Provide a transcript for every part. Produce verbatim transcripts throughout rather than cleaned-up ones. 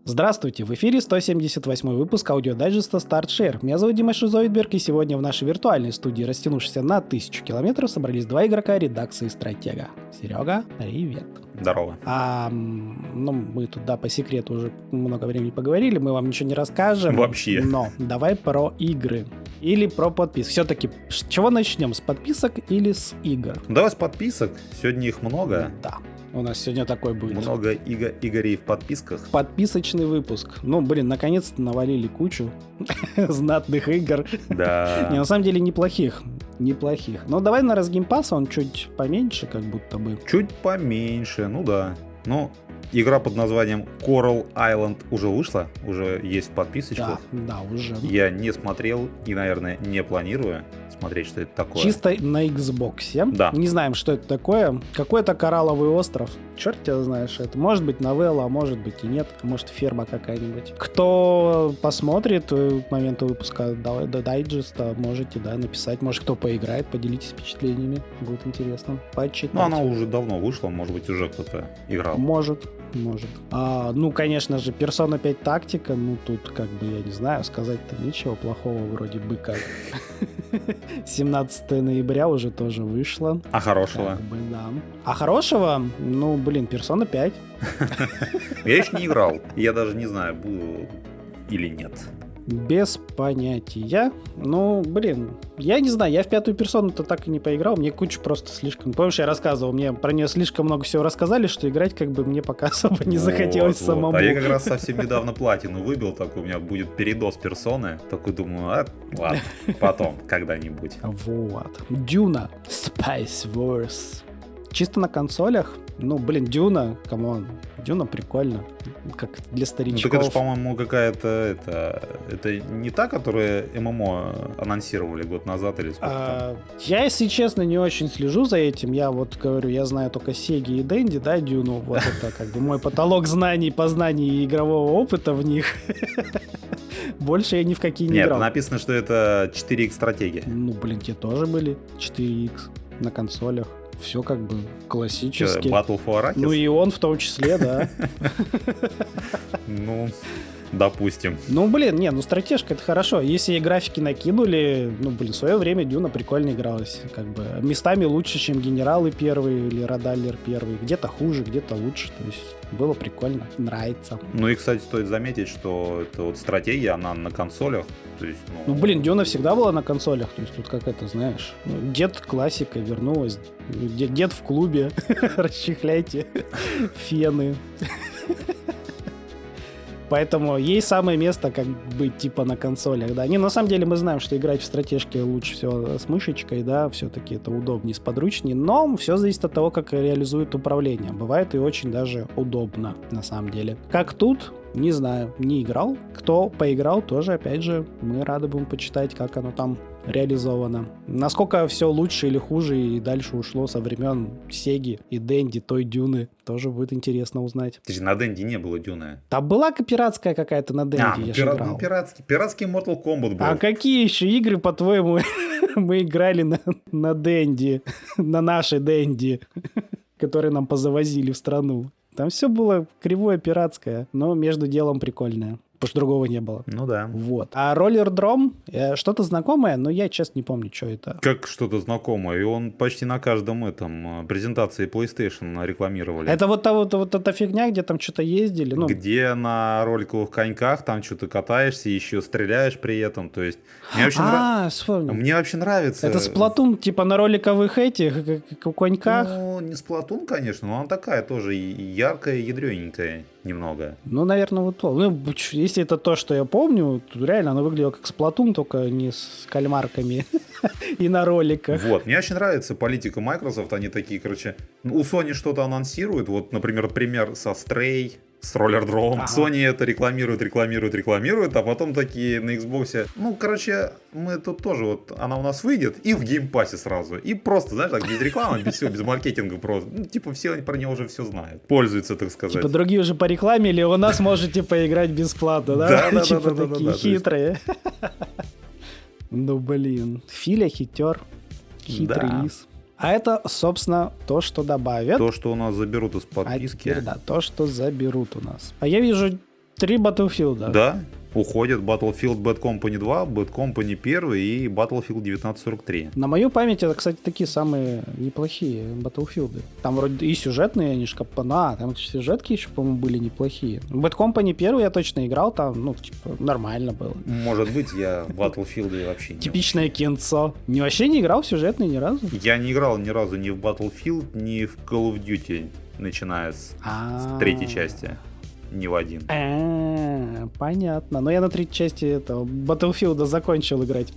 Здравствуйте, в эфире сто семьдесят восьмой выпуск аудиодайджеста StartShare. Меня зовут Дима Шизоидберг, и сегодня в нашей виртуальной студии, растянувшейся на тысячу километров, собрались два игрока редакции Стратега. Серега, привет. Здорово. А, ну, мы тут, да, по секрету уже много времени поговорили, мы вам ничего не расскажем. Вообще. Но давай про игры. Или про подписки. Все-таки, с чего начнем? С подписок или с игр? Давай с подписок. Сегодня их много. Да. У нас сегодня такой будет. Много иго- Игорей в подписках. Подписочный выпуск. Ну, блин, наконец-то навалили кучу знатных игр. Да. Не, на самом деле неплохих. Неплохих. Но давай на раз геймпасса, он чуть поменьше, как будто бы. Чуть поменьше, ну да. Ну, игра под названием Coral Island уже вышла, уже есть подписочка. Да, да, уже. Я не смотрел и, наверное, не планирую смотреть, что это такое. Чисто на Xbox. Да. Не знаем, что это такое. Какой-то коралловый остров. Черт тебя знаешь, это может быть новелла, а может быть и нет. Может ферма какая-нибудь. Кто посмотрит к моменту выпуска дайджеста, можете, да, написать. Может, кто поиграет, поделитесь впечатлениями. Будет интересно почитать. Ну, она уже давно вышла, может быть, уже кто-то играл. Может. Может. А, ну, конечно же, Persona пять тактика, ну, тут, как бы, я не знаю, сказать-то нечего плохого вроде бы как. семнадцатого ноября уже тоже вышло. А хорошего? Как бы, да. А хорошего? Ну, блин, Persona пять. Я еще не играл. Я даже не знаю, буду или нет. Без понятия. Ну, блин, я не знаю, я в пятую персону-то так и не поиграл, мне куча просто слишком... Помнишь, я рассказывал, мне про нее слишком много всего рассказали, что играть как бы мне пока особо не захотелось вот, самому. Вот. А я как раз совсем недавно платину выбил, такой у меня будет передоз персоны, такой думаю, а, ладно, потом, когда-нибудь. Вот. Дюна. Spice Wars. Чисто на консолях? Ну, блин, Дюна, камон. Дюна прикольно. Как для старичков. Ну, так это же, по-моему, какая-то... Это, это не та, которая ММО анонсировали год назад или сколько а, там? Я, если честно, не очень слежу за этим. Я вот говорю, я знаю только Сеги и Дэнди, да, Дюну. Вот это как бы мой потолок знаний, познаний и игрового опыта в них. Больше я ни в какие не играл. Нет, написано, что это четыре икс стратегия. Ну, блин, те тоже были четыре икс на консолях. Все как бы классически. Battle for Arrakis? Ну и он в том числе, да. Ну, допустим. Ну, блин, не, ну стратежка это хорошо. Если ей графики накинули, ну, блин, в свое время Дюна прикольно игралась. Как бы местами лучше, чем Генералы первые или Радаллер первый. Где-то хуже, где-то лучше. То есть было прикольно, нравится. Ну и, кстати, стоит заметить, что это вот стратегия, она на консолях. То есть, ну... ну, блин, Дюна всегда была на консолях. То есть тут как это, знаешь, дед классика вернулась. Дед, дед в клубе. Расчехляйте фены. Поэтому ей самое место как бы типа на консолях, да. Не, на самом деле мы знаем, что играть в стратежке лучше всего с мышечкой, да, все-таки это удобнее, сподручнее, но все зависит от того, как реализует управление. Бывает и очень даже удобно, на самом деле. Как тут, не знаю, не играл. Кто поиграл, тоже, опять же, мы рады будем почитать, как оно там реализовано. Насколько все лучше или хуже и дальше ушло со времен Сеги и Дэнди, той Дюны, тоже будет интересно узнать. Ты же на Дэнди не было Дюны. Там была пиратская какая-то на Дэнди, а, я ну, же пира... играл. Ну, пиратский, пиратский Mortal Kombat был. А какие еще игры, по-твоему, мы играли на, на Дэнди, на нашей Дэнди, которые нам позавозили в страну? Там все было кривое пиратское, но между делом прикольное. Потому что другого не было. Ну да. Вот. А роллердром, э, что-то знакомое, но я, честно, не помню, что это. Как что-то знакомое. И он почти на каждом этом презентации PlayStation рекламировали. Это вот та вот, вот эта фигня, где там что-то ездили? Ну... Где на роликовых коньках там что-то катаешься, еще стреляешь при этом. То есть мне вообще, а, нрав... вспомнил. мне вообще нравится. Это Splatoon, типа на роликовых этих коньках? Ну, не Splatoon, конечно, но она такая тоже яркая, ядрененькая немного. Ну, наверное, вот то. Ну, если это то, что я помню, то реально оно выглядело как Splatoon, только не с кальмарками и на роликах. Вот, мне очень нравится политика Microsoft, они такие, короче, у Sony что-то анонсируют, вот, например, пример со Stray, с роллердромом. Ага. Sony это рекламирует, рекламирует, рекламирует, а потом такие на Xbox. Ну, короче, мы тут тоже вот, она у нас выйдет и в геймпассе сразу. И просто, знаешь, так без рекламы, без всего, без маркетинга просто. Ну, типа, все про нее уже все знают. Пользуются, так сказать. Типа, другие уже порекламили, у нас можете поиграть бесплатно, да? Да, да, типа, да, такие хитрые. Ну, блин. Филя хитер. Хитрый лис. А это, собственно, то, что добавят. То, что у нас заберут из подписки. А теперь, да, то, что заберут у нас. А я вижу Три Battlefield, да? Да, уходят Battlefield Bad Company два, Bad Company один и Battlefield девятнадцать сорок три. На мою память это, кстати, такие самые неплохие Battlefield. Там вроде и сюжетные, они же капана, там сюжетки еще, по-моему, были неплохие. Bad Company один я точно играл, там, ну, типа, нормально было. Может быть, я в Battlefield вообще не... Типичное кинцо. Не вообще не играл в сюжетные ни разу? Я не играл ни разу ни в Battlefield, ни в Call of Duty, начиная с, с третьей части. Ни в один. А, понятно. Но я на третьей части этого Battlefield закончил играть.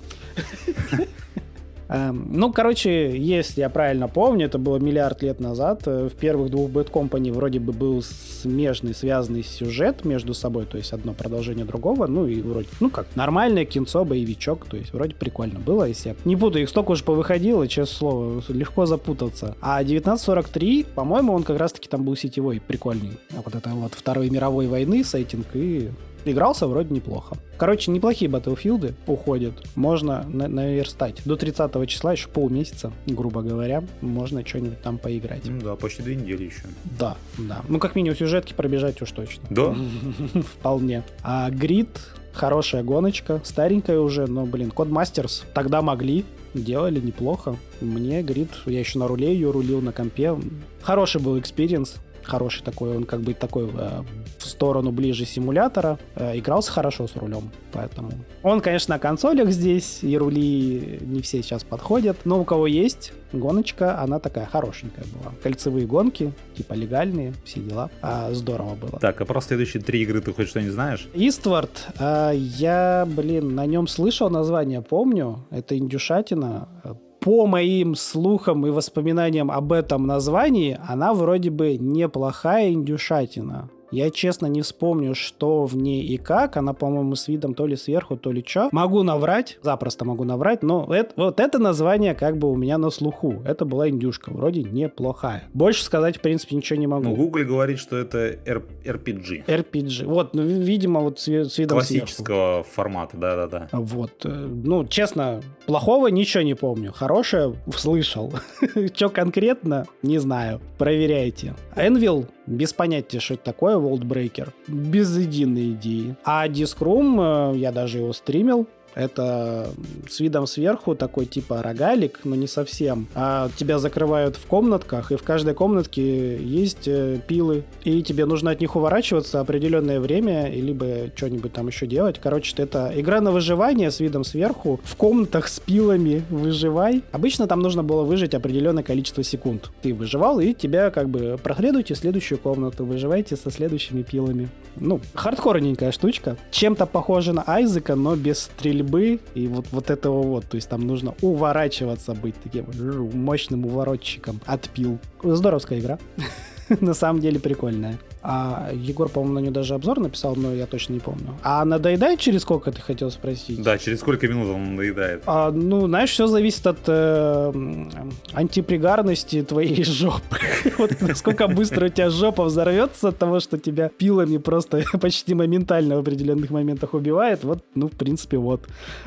Ну, короче, если я правильно помню, это было миллиард лет назад. В первых двух Bad Company вроде бы был смежный, связанный сюжет между собой, то есть одно продолжение другого. Ну, и вроде, ну как, нормальное кинцо, боевичок, то есть вроде прикольно было, если я не путаю, их столько уже повыходило, честное слово, легко запутаться. А девятнадцать сорок три, по-моему, он как раз-таки там был сетевой, прикольный. Вот это вот Второй мировой войны сеттинг, и игрался вроде неплохо. Короче, неплохие Battlefield уходят. Можно на- наверстать. До тридцатого числа, еще полмесяца, грубо говоря, можно что-нибудь там поиграть. Ну да, почти две недели еще. Да, да. Ну, как минимум, сюжетки пробежать уж точно. Да? Вполне. А Grid, хорошая гоночка, старенькая уже, но, блин, Codemasters тогда могли, делали неплохо. Мне Grid, я еще на руле ее рулил на компе. Хороший был экспириенс. Хороший такой, он как бы такой э, в сторону ближе симулятора. Э, игрался хорошо с рулем, поэтому... Он, конечно, на консолях здесь, и рули не все сейчас подходят, но у кого есть гоночка, она такая хорошенькая была. Кольцевые гонки, типа легальные, все дела. А, здорово было. Так, а про следующие три игры ты хоть что-нибудь знаешь? Eastward, э, я, блин, на нем слышал название, помню. Это индюшатина. По моим слухам и воспоминаниям об этом названии, она вроде бы неплохая индюшатина. Я, честно, не вспомню, что в ней и как. Она, по-моему, с видом то ли сверху, то ли что. Могу наврать, запросто могу наврать, но это, вот это название как бы у меня на слуху. Это была индюшка, вроде неплохая. Больше сказать, в принципе, ничего не могу. Ну, Google говорит, что это эр пи джи. эр пи джи. Вот, ну, видимо, вот с, с видом классического сверху. формата, да-да-да. Вот. Ну, честно, плохого ничего не помню. Хорошее слышал. Что конкретно, не знаю. Проверяйте. Anvil, без понятия, что это такое, World Breaker. Без единой идеи. А Disc Room, я даже его стримил. Это с видом сверху такой типа рогалик, но не совсем. А тебя закрывают в комнатках, и в каждой комнатке есть э, пилы. И тебе нужно от них уворачиваться определенное время, и либо что-нибудь там еще делать. Короче, это игра на выживание с видом сверху. В комнатах с пилами выживай. Обычно там нужно было выжить определенное количество секунд. Ты выживал, и тебя как бы проследуйте в следующую комнату. Выживайте со следующими пилами. Ну, хардкорненькая штучка. Чем-то похоже на Айзека, но без стрельбы. И вот, вот этого вот. То есть там нужно уворачиваться, быть таким мощным уворотчиком от пил. Здоровская игра. На самом деле прикольная. А Егор, по-моему, на нее даже обзор написал, но я точно не помню. А надоедает через сколько, ты хотел спросить? Да, через сколько минут он надоедает? А, ну, знаешь, все зависит от э, антипригарности твоей жопы. Вот насколько быстро у тебя жопа взорвется от того, что тебя пилами просто почти моментально в определенных моментах убивает. Вот, ну, в принципе, вот.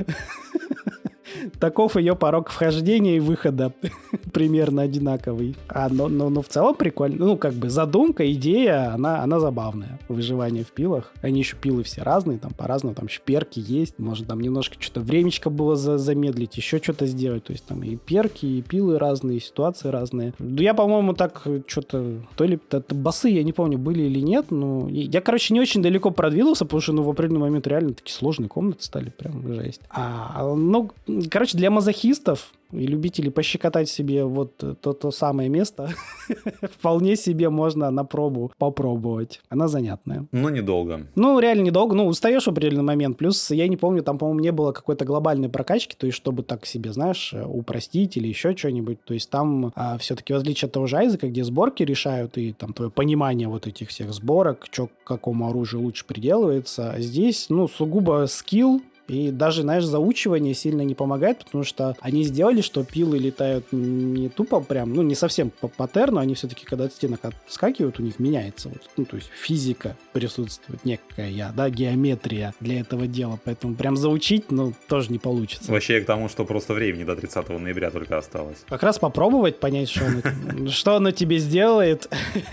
Таков ее порог вхождения и выхода. Примерно одинаковый. А, но, но, но в целом прикольно. Ну, как бы задумка, идея, она, она забавная. Выживание в пилах. Они еще пилы все разные, там по-разному. Там шперки есть. Можно там немножко что-то времечко было за- замедлить, еще что-то сделать. То есть там и перки, и пилы разные, и ситуации разные. Я, по-моему, так что-то... То ли это басы, я не помню, были или нет. Но я, короче, не очень далеко продвинулся, потому что ну, в определенный момент реально такие сложные комнаты стали. Прям жесть. А, ну... Короче, для мазохистов и любителей пощекотать себе вот то, то самое место вполне себе можно на пробу попробовать. Она занятная. Но недолго. Ну, реально недолго. Ну, устаешь в определенный момент. Плюс, я не помню, там, по-моему, не было какой-то глобальной прокачки, то есть, чтобы так себе, знаешь, упростить или еще что-нибудь. То есть, там а, все-таки, в отличие от того же Айзека, где сборки решают, и там твое понимание вот этих всех сборок, что к какому оружию лучше приделывается, здесь, ну, сугубо скилл, И даже, знаешь, заучивание сильно не помогает, потому что они сделали, что пилы летают не тупо прям, ну, не совсем по паттерну, они все-таки, когда от стенок отскакивают, у них меняется. Вот, ну, то есть физика присутствует некая, да, геометрия для этого дела. Поэтому прям заучить, ну, тоже не получится. Вообще к тому, что просто времени до тридцатого ноября только осталось. Как раз попробовать понять, что оно, что оно тебе сделает,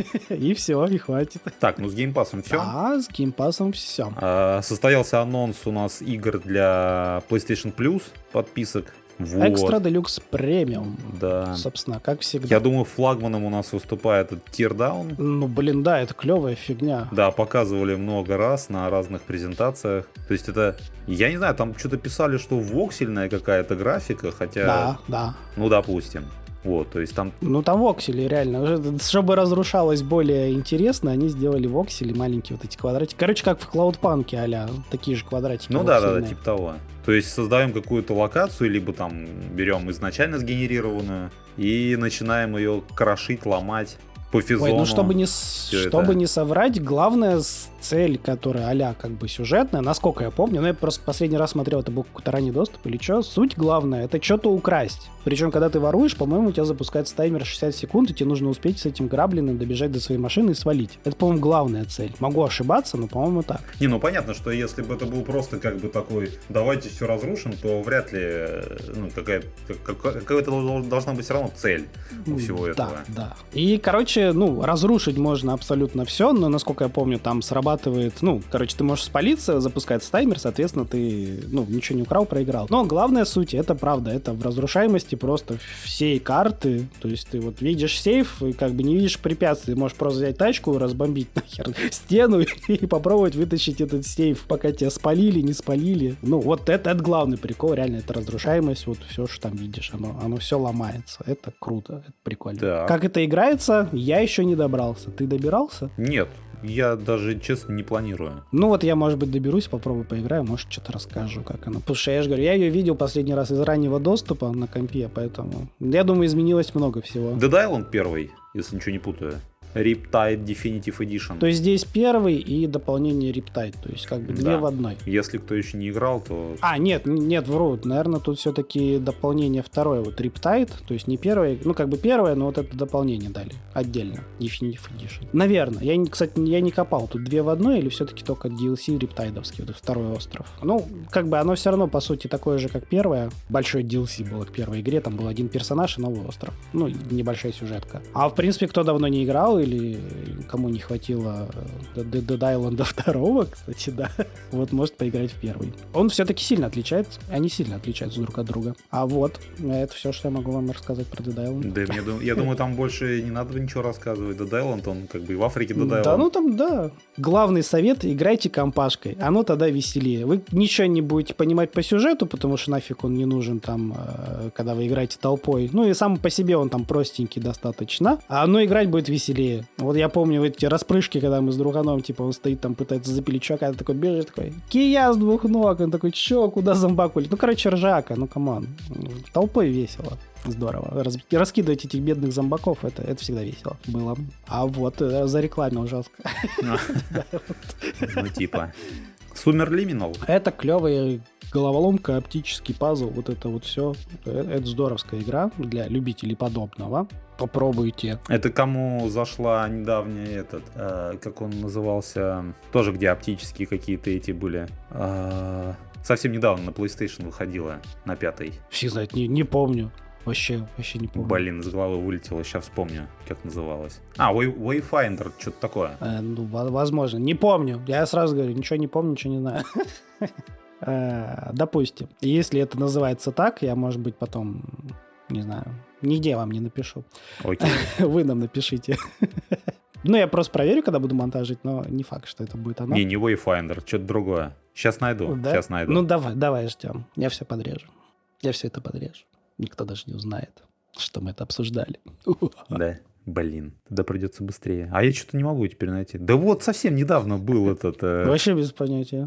и все, и хватит. Так, ну с геймпассом все? Да, с геймпассом все. А, состоялся анонс у нас игр для PlayStation Plus, подписок. Вот. Экстра Делюкс Премиум. Да. Собственно, как всегда. Я думаю, флагманом у нас выступает Teardown. Ну, блин, да, это клевая фигня. Да, показывали много раз на разных презентациях. То есть это, я не знаю, там что-то писали, что воксельная какая-то графика, хотя... Да, да. Ну, допустим. Вот, то есть там... Ну, там воксели, реально. Чтобы разрушалось более интересно, они сделали воксели, маленькие вот эти квадратики. Короче, как в Cloudpunk а-ля, такие же квадратики. Ну да, да, да, типа того. То есть создаем какую-то локацию, либо там берем изначально сгенерированную и начинаем ее крошить, ломать по физону. Ой, ну чтобы не, чтобы это... не соврать, главная цель, которая а-ля как бы сюжетная, насколько я помню, ну я просто последний раз смотрел, это был какой-то ранний доступ или что, суть главная, это что-то украсть. Причем, когда ты воруешь, по-моему, у тебя запускается таймер шестьдесят секунд, и тебе нужно успеть с этим грабленным добежать до своей машины и свалить. Это, по-моему, главная цель. Могу ошибаться, но, по-моему, так. Не, ну понятно, что если бы это был просто как бы такой, давайте все разрушим, то вряд ли, ну, какая-то, какая-то должна быть все равно цель у всего этого. Да, да. И, короче, ну, разрушить можно абсолютно все, но, насколько я помню, там срабатывает, ну, короче, ты можешь спалиться, запускается таймер, соответственно, ты, ну, ничего не украл, проиграл. Но главная суть, это правда, это в разрушаемости просто всей карты, то есть ты вот видишь сейф и как бы не видишь препятствий, можешь просто взять тачку, разбомбить нахер стену и попробовать вытащить этот сейф, пока тебя спалили, не спалили. Ну, вот это, это главный прикол, реально, это разрушаемость, вот все, что там видишь, оно, оно все ломается, это круто, это прикольно. Так. Как это играется, я еще не добрался. Ты добирался? Нет. Я даже, честно, не планирую. Ну вот я, может быть, доберусь, попробую поиграю, может, что-то расскажу, как она. Потому что я же говорю, я ее видел последний раз из раннего доступа на компе, поэтому, я думаю, изменилось много всего. Dead Island первый, если ничего не путаю. Riptide Definitive Edition. То есть здесь первый и дополнение Riptide, то есть как бы да. две в одной. Если кто еще не играл, то... А, нет, нет, вру, наверное, тут все-таки дополнение второе, вот Riptide, то есть не первое, ну как бы первое, но вот это дополнение дали отдельно, Definitive Edition. Наверное, я, кстати, я не копал, тут две в одной или все-таки только ди эл си Riptide'овский, вот второй остров. Ну, как бы оно все равно, по сути, такое же, как первое. Большой ди эл си было к первой игре, там был один персонаж и новый остров. Ну, небольшая сюжетка. А, в принципе, кто давно не играл, или кому не хватило Dead Island второго, кстати, да, вот может поиграть в первый. Он все-таки сильно отличается, они сильно отличаются друг от друга. А вот, это все, что я могу вам рассказать про Dead Island. Да, я, думаю, я думаю, там больше не надо ничего рассказывать. Dead Island, он как бы и в Африке Dead Island. Да, ну там, да. Главный совет, играйте компашкой, оно тогда веселее. Вы ничего не будете понимать по сюжету, потому что нафиг он не нужен там, когда вы играете толпой. Ну и сам по себе он там простенький достаточно, а оно играть будет веселее. Вот я помню эти распрыжки, когда мы с друганом, типа, он стоит там, пытается запилить чувака, такой бежит, такой, кия с двух ног, он такой, чё, куда зомбак улетел? Ну, короче, ржака, ну, камон. Толпой весело. Здорово. Раз, раскидывать этих бедных зомбаков, это, это всегда весело было. А вот зарекламил жестко. Ну, типа. Сумерлиминал. Это клевая головоломка, оптический пазл, вот это вот все. Это здоровская игра для любителей подобного. Попробуйте. Это кому зашла недавняя этот, э, как он назывался, тоже где оптические какие-то эти были. Э, совсем недавно на PlayStation выходила, на пятой. Все знают, не, не помню. Вообще, вообще не помню. Блин, из головы вылетело, сейчас вспомню, как называлась. А, Way- Wayfinder, что-то такое. Э, ну, возможно, не помню. Я сразу говорю, ничего не помню, ничего не знаю. Допустим, если это называется так, я, может быть, потом, не знаю, нигде вам не напишу. Окей. Вы нам напишите. Ну, я просто проверю, когда буду монтажить, но не факт, что это будет оно. Не, не Wayfinder, что-то другое. Сейчас найду, Да? сейчас найду. Ну, давай, давай ждем. Я все подрежу. Я все это подрежу. Никто даже не узнает, что мы это обсуждали. Да, блин, тогда придется быстрее. А я что-то не могу теперь найти. Да вот совсем недавно был этот... Э... Вообще без понятия.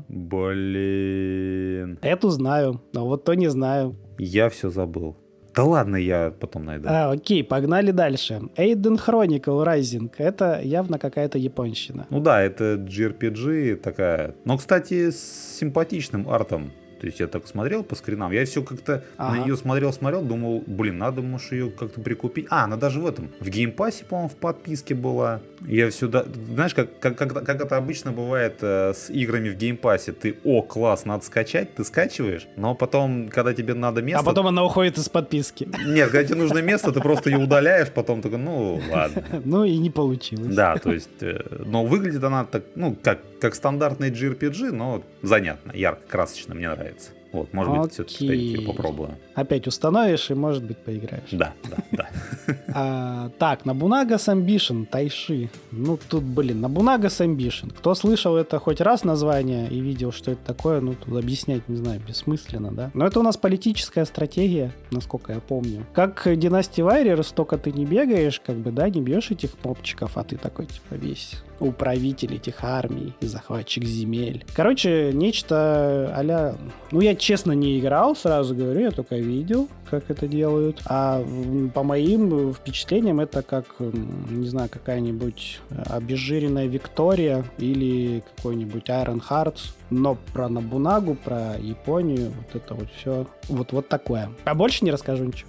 Блин. Эту знаю, а вот то не знаю. Я все забыл. Да ладно, я потом найду. А, окей, погнали дальше. Eiden Chronicle Rising. Это явно какая-то японщина. Ну да, это джей ар пи джи такая. Но, кстати, с симпатичным артом. То есть я так смотрел по скринам, я все как-то Ага. на нее смотрел-смотрел, думал, блин, надо, может, ее как-то прикупить. А, она даже в этом, в геймпассе, по-моему, в подписке была. Я сюда, знаешь, как, как, как, как это обычно бывает э, с играми в геймпассе, ты, о, класс, надо скачать, ты скачиваешь, но потом, когда тебе надо место... А потом она уходит из подписки. Нет, когда тебе нужно место, ты просто ее удаляешь, потом такой, ну, ладно. Ну и не получилось. Да, то есть, э, но выглядит она так, ну, как, как стандартный джей ар пи джи, но занятно, ярко, красочно, мне нравится. Вот, может быть, все-таки ее попробую. Опять установишь и, может быть, поиграешь. Да, да, да. А, так, Набунагас Ambition, Тайши. Ну, тут, блин, Набунагас Ambition. Кто слышал это хоть раз название и видел, что это такое, ну, тут объяснять, не знаю, бессмысленно, да? Но это у нас политическая стратегия, насколько я помню. Как Dynasty Warriors, только ты не бегаешь, как бы, да, не бьешь этих мопчиков, а ты такой, типа, весь управитель этих армий и захватчик земель. Короче, нечто а-ля... Ну, я честно не играл, сразу говорю, я только видел, как это делают. А м, по моим впечатлениям это как, м, не знаю, какая-нибудь обезжиренная Виктория или какой-нибудь Iron Hearts, но про Набунагу, про Японию, вот это вот все, вот, вот такое. А больше не расскажу ничего.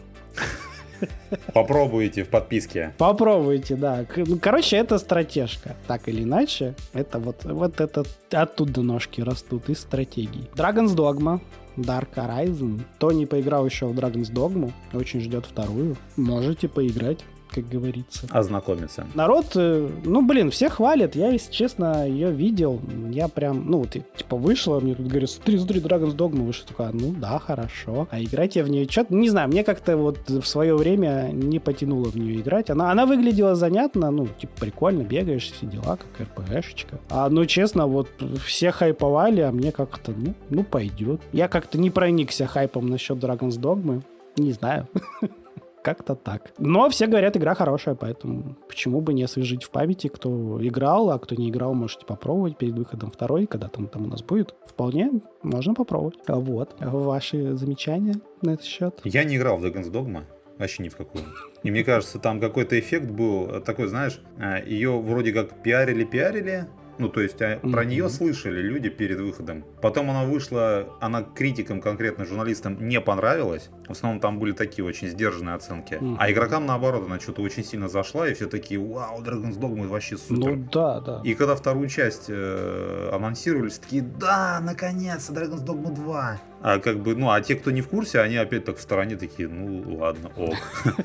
Попробуйте в подписке. Попробуйте, да. К- ну, Короче, это стратежка. Так или иначе, это вот, вот это оттуда ножки растут, из стратегий. Dragon's Dogma, Dark Horizon. Кто не поиграл еще в Dragon's Dogma, очень ждет вторую. Можете поиграть, как говорится. Ознакомиться. Народ, э, ну, блин, все хвалят. Я, если честно, ее видел. Я прям, ну, вот, и, типа, вышла, мне тут говорят, смотри, смотри, Dragon's Dogma вышла. Такая, ну, да, хорошо. А играть я в нее что-то, не знаю, мне как-то вот в свое время не потянуло в нее играть. Она, она выглядела занятно, ну, типа, прикольно, бегаешь, все дела, как эр пи гэ-шечка. А, ну, честно, вот все хайповали, а мне как-то, ну, ну, пойдет. Я как-то не проникся хайпом насчет Dragon's Dogma. Не знаю. Как-то так. Но все говорят, игра хорошая, поэтому почему бы не освежить в памяти, кто играл, а кто не играл, можете попробовать перед выходом второй, когда там, там у нас будет. Вполне можно попробовать. А Вот. Ваши замечания на этот счет? Я не играл в Dragon's Dogma. Вообще ни в какую. И мне кажется, там какой-то эффект был такой, знаешь, ее вроде как пиарили-пиарили. Ну, то есть а, про Мгм. нее слышали люди перед выходом. Потом она вышла, она критикам, конкретно журналистам, не понравилась. В основном там были такие очень сдержанные оценки. Мгм. А игрокам, наоборот, она что-то очень сильно зашла, и все такие, вау, Dragon's Dogma вообще супер. Ну да, да. И когда вторую часть э, анонсировали, все такие, да, наконец-то, Dragon's Dogma два. А как бы, ну, а те, кто не в курсе, они опять так в стороне такие, ну, ладно, ок.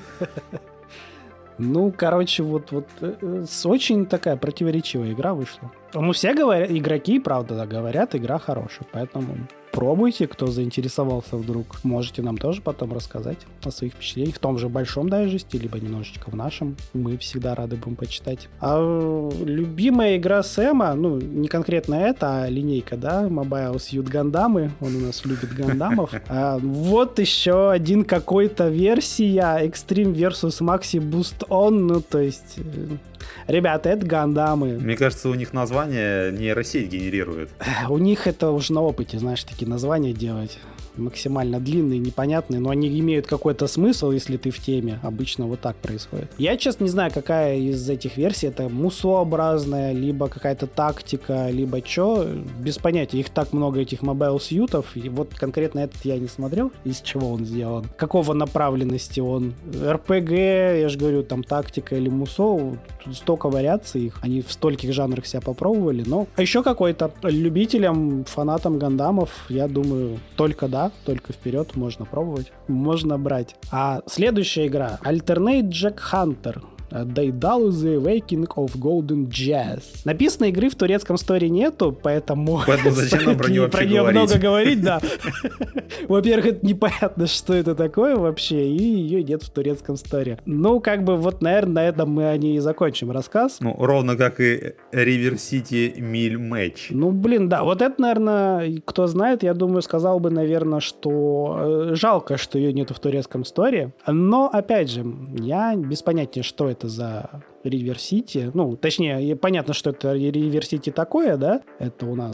Ну, короче, вот, вот э, э, с- очень такая противоречивая игра вышла. Ну, все говорят, игроки, правда, да, говорят, игра хорошая, поэтому пробуйте, кто заинтересовался вдруг. Можете нам тоже потом рассказать о своих впечатлениях в том же большом дайджесте, либо немножечко в нашем. Мы всегда рады будем почитать. А э, любимая игра Сэма, ну, не конкретно эта, а линейка, да, Mobile Suit Гандамы, он у нас любит гандамов. А вот еще один какой-то версия Extreme versus Maxi Boost On, ну, то есть... э, Ребята, это гандамы. Мне кажется, у них название нейросеть генерирует. У них это уже на опыте, знаешь, такие названия делать. Максимально длинные, непонятные, но они имеют какой-то смысл, если ты в теме. Обычно вот так происходит. Я, честно, не знаю, какая из этих версий. Это мусообразная, либо какая-то тактика, либо что. Без понятия. Их так много, этих мобайл-сьютов. И вот конкретно этот я не смотрел, из чего он сделан. Какого направленности он. эр пи джи, я же говорю, там тактика или мусо. Тут столько вариаций их. Они в стольких жанрах себя попробовали. Но а еще какой-то. Любителям, фанатам гандамов, я думаю, только да, только вперед, можно пробовать, можно брать. А следующая игра Alternate Jack Hunter. Daedalus The Awakening of Golden Jazz. Написанной игры в турецком сторе нету, поэтому... Поэтому зачем нам про стоит нее не- вообще про нее говорить? много говорить, да. Во-первых, это непонятно, что это такое вообще, и ее нет в турецком сторе. Ну, как бы вот, наверное, на этом мы о ней и закончим рассказ. Ну, ровно как и River City Mill Match. Ну, блин, да, вот это, наверное, кто знает, я думаю, сказал бы, наверное, что э, жалко, что ее нету в турецком сторе. Но, опять же, я без понятия, что это за River City. Ну, точнее, понятно, что это River City такое, да? Это у нас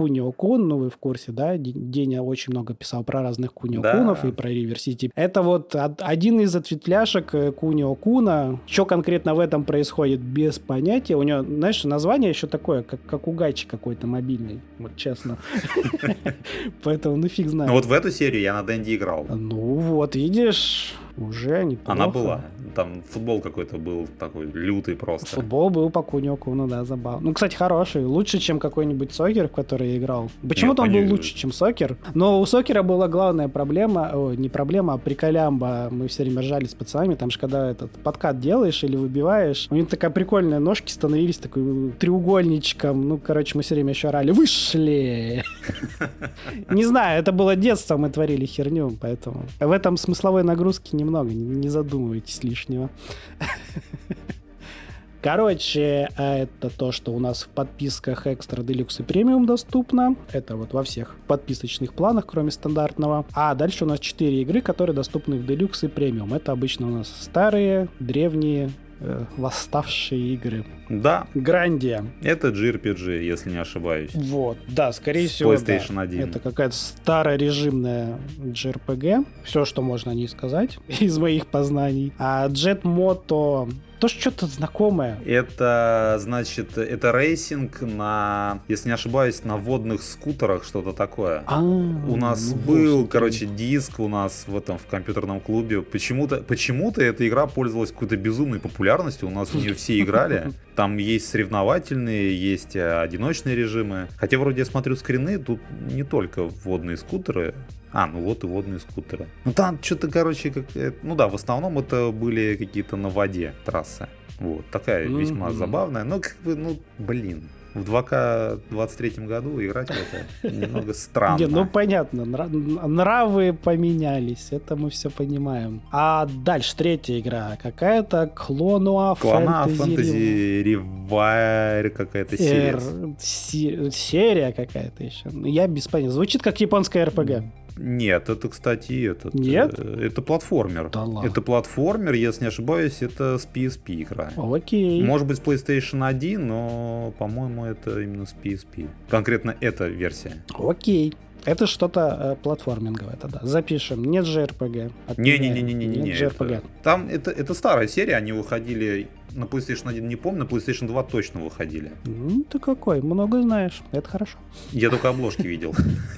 Кунио-кун, ну вы в курсе, да? Деня очень много писал про разных Кунио-кунов, да, и про River City. Это вот один из ответвляшек Кунио-куна. Что конкретно в этом происходит, без понятия. У него, знаешь, название еще такое, как, как у Гачи какой-то мобильный, вот честно. Поэтому ну фиг знает. Ну вот в эту серию я на Денди играл. Ну вот, видишь... Уже неплохо. Она была. Там футбол какой-то был такой лютый просто. Футбол был по Кунио-куну, да, забавно. Ну, кстати, хороший. Лучше, чем какой-нибудь сокер, в который я играл. Почему-то он был лучше, чем сокер. Но у сокера была главная проблема, о, не проблема, а приколямба. Мы все время ржали с пацанами. Там же, когда этот подкат делаешь или выбиваешь, у них такая прикольная, ножки становились такой треугольничком. Ну, короче, мы все время еще орали. Вышли! Не знаю, это было детство, мы творили херню, поэтому в этом смысловой нагрузки немного, не задумывайтесь лишнего. Короче, это то, что у нас в подписках Extra, Deluxe и Premium доступно. Это вот во всех подписочных планах, кроме стандартного. А дальше у нас четыре игры, которые доступны в Deluxe и Premium. Это обычно у нас старые, древние, э, восставшие игры. Да. Грандия. Это джей ар пи джи, если не ошибаюсь. Вот, да, скорее С всего, PlayStation да. один. Это какая-то старорежимная джей ар пи джи. Все, что можно о ней сказать из моих познаний. А Jet Moto... тоже что-то знакомое. Это, значит, это рейсинг на, если не ошибаюсь, на водных скутерах, что-то такое. А, у нас ну, был, вот, короче, диск у нас в этом, в компьютерном клубе. Почему-то, почему-то эта игра пользовалась какой-то безумной популярностью. У нас в нее все играли. Там есть соревновательные, есть одиночные режимы. Хотя вроде я смотрю скрины, тут не только водные скутеры. А, ну вот и водные скутеры. Ну там что-то, короче, как... ну да, в основном это были какие-то на воде трассы. Вот, такая mm-hmm. весьма забавная. Но как бы, ну, блин. В два ка двадцать третьем году играть в это немного странно. Не, ну понятно, нравы поменялись, это мы все понимаем. А дальше третья игра, какая-то Клонуа Фэнтези Ревайр, какая-то серия. Серия какая-то еще. Я без понятия. Звучит как японская эр пи джи. Нет, это, кстати, этот, Нет? Это платформер. Да ладно. Это платформер, если не ошибаюсь, это с пи эс пи игра. Окей. Может быть, с PlayStation один, но, по-моему, это именно с пи эс пи. Конкретно эта версия. Окей. Это что-то э, платформинговое тогда. Запишем. Нет джей ар пи джи. Не-не-не-не-не. Это, там это, это старая серия, они выходили на PlayStation один, не помню, на PlayStation два точно выходили. Ну, ты какой, много знаешь. Это хорошо. Я только обложки видел.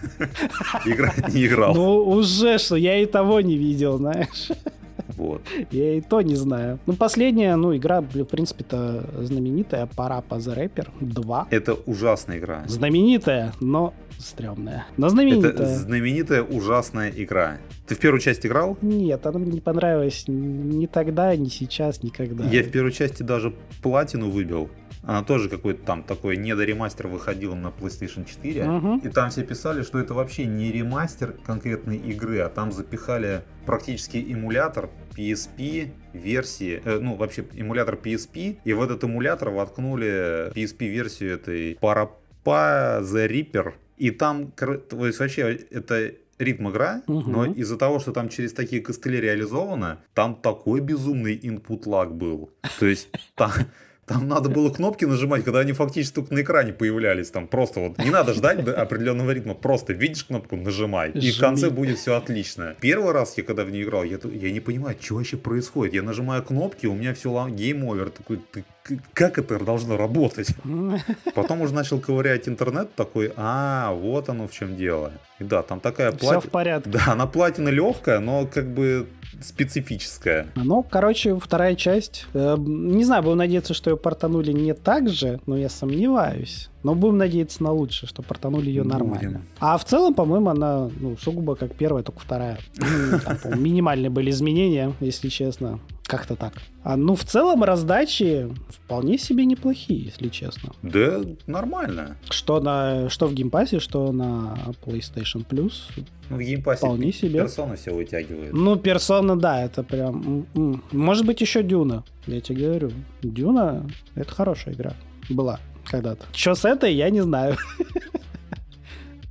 Играть не играл. Ну, уже что, я и того не видел, знаешь. Вот. Я и то не знаю. Ну, последняя, ну, игра, в принципе-то, знаменитая. Parappa the Rapper два. Это ужасная игра. Знаменитая, но стрёмная. Но знаменитая. Это знаменитая ужасная игра. Ты в первую часть играл? Нет, она мне не понравилась ни тогда, ни сейчас, никогда. Я в первой части даже платину выбил. Она тоже какой-то там такой недоремастер выходил на PlayStation четыре. Uh-huh. И там все писали, что это вообще не ремастер конкретной игры, а там запихали практически эмулятор пи эс пи версии, э, ну вообще эмулятор пи эс пи, и в этот эмулятор воткнули пи эс пи-версию этой Parappa the Rapper. И там, то есть вообще это ритм игра, угу. но из-за того, что там через такие костыли реализовано, там такой безумный input lag был. То есть там... Там надо было кнопки нажимать, когда они фактически только на экране появлялись. Там просто вот не надо ждать до определенного ритма. Просто видишь кнопку, нажимай. Жми. И в конце будет все отлично. Первый раз я когда в нее играл, я, я не понимаю, что вообще происходит. Я нажимаю кнопки, у меня все гейм-овер. Такой, ты, как это должно работать? Потом уже начал ковырять интернет, такой, а, вот оно в чем дело. И да, там такая платина. Все в порядке. Да, она платина легкая, но как бы специфическая. Ну, короче, вторая часть. Э, не знаю, будем надеяться, что ее портанули не так же, но я сомневаюсь. Но будем надеяться на лучшее, что портанули ее нормально. Будем. А в целом, по-моему, она ну, сугубо как первая, только вторая. Там, минимальные были изменения, если честно. Как-то так. А, ну, в целом, раздачи вполне себе неплохие, если честно. Да, нормально. Что, на, что в геймпассе, что на PlayStation Plus. Ну, в геймпассе вполне себе. Персона все вытягивает. Ну, Персона, да, это прям... М-м. Может быть, еще Дюна. Я тебе говорю. Дюна — это хорошая игра. Была когда-то. Что с этой, я не знаю.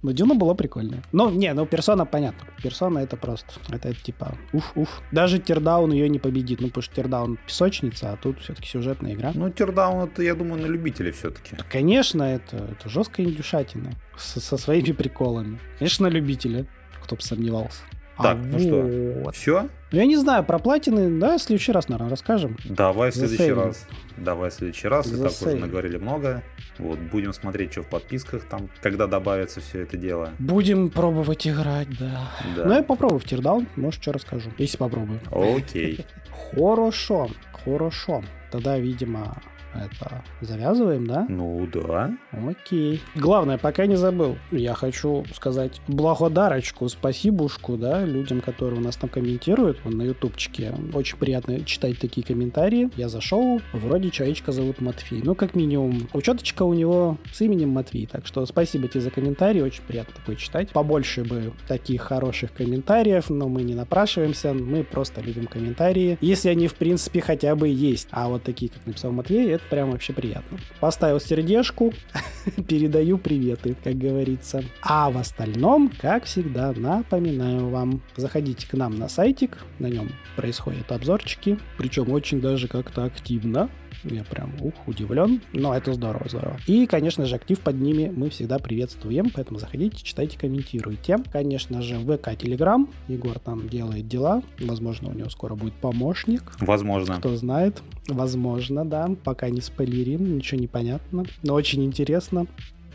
Но Дюна была прикольная. Ну, не, ну Персона, понятно. Персона это просто, это, это типа, уф-уф. Даже Тирдаун ее не победит, ну, потому что Тирдаун песочница, а тут все-таки сюжетная игра. Ну, Тирдаун это, я думаю, на любителей все-таки. Конечно, это, это жесткая индюшатина со, со своими приколами. Конечно, на любителя, кто бы сомневался. Так, а ну вот. что, все? Ну, я не знаю, про платины, да, в следующий раз, наверное, расскажем. Давай в следующий Засейвим. раз. Давай в следующий раз. И так уже Засейвим. наговорили много. Вот, будем смотреть, что в подписках там, когда добавится все это дело. Будем пробовать играть, да. Да. Ну, я попробую в Тирдаун, может, что расскажу, если попробую. Окей. Хорошо, хорошо. Тогда, видимо, это завязываем, да? Ну да. Окей. Главное, пока не забыл, я хочу сказать благодарочку, спасибушку, да, людям, которые у нас там комментируют вон, на ютубчике. Очень приятно читать такие комментарии. Я зашел, вроде человечка зовут Матфей. Ну, как минимум, учеточка у него с именем Матвей. Так что спасибо тебе за комментарий, очень приятно такое читать. Побольше бы таких хороших комментариев, но мы не напрашиваемся, мы просто любим комментарии. Если они, в принципе, хотя бы есть. А вот такие, как написал Матвей, это прям вообще приятно. Поставил сердечку, передаю приветы, как говорится. А в остальном, как всегда, напоминаю вам, заходите к нам на сайтик, на нем происходят обзорчики, причем очень даже как-то активно. Я прям, ух, удивлен, но это здорово, здорово. И, конечно же, актив под ними мы всегда приветствуем, поэтому заходите, читайте, комментируйте. Конечно же, ВК, Телеграм, Егор там делает дела, возможно, у него скоро будет помощник. Возможно. Кто знает, возможно, да, пока не спойлерим, ничего не понятно, но очень интересно.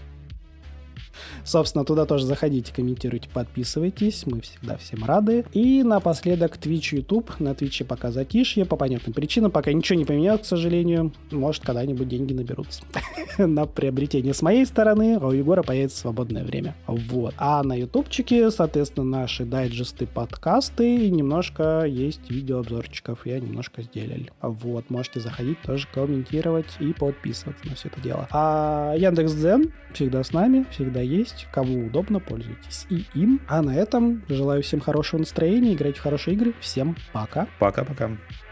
Собственно, туда тоже заходите, комментируйте, подписывайтесь. Мы всегда всем рады. И напоследок Twitch, YouTube. На Twitch пока затишье. По понятным причинам. Пока ничего не поменялось, к сожалению. Может, когда-нибудь деньги наберутся на приобретение с моей стороны. А у Егора появится свободное время. Вот. А на ютубчике, соответственно, наши дайджесты, подкасты. И немножко есть видеообзорчиков. Я немножко сделал. Вот. Можете заходить, тоже комментировать и подписываться на все это дело. А Яндекс.Дзен всегда с нами, всегда есть. Кому удобно, пользуйтесь и им. А на этом желаю всем хорошего настроения, играйте в хорошие игры. Всем пока. Пока-пока.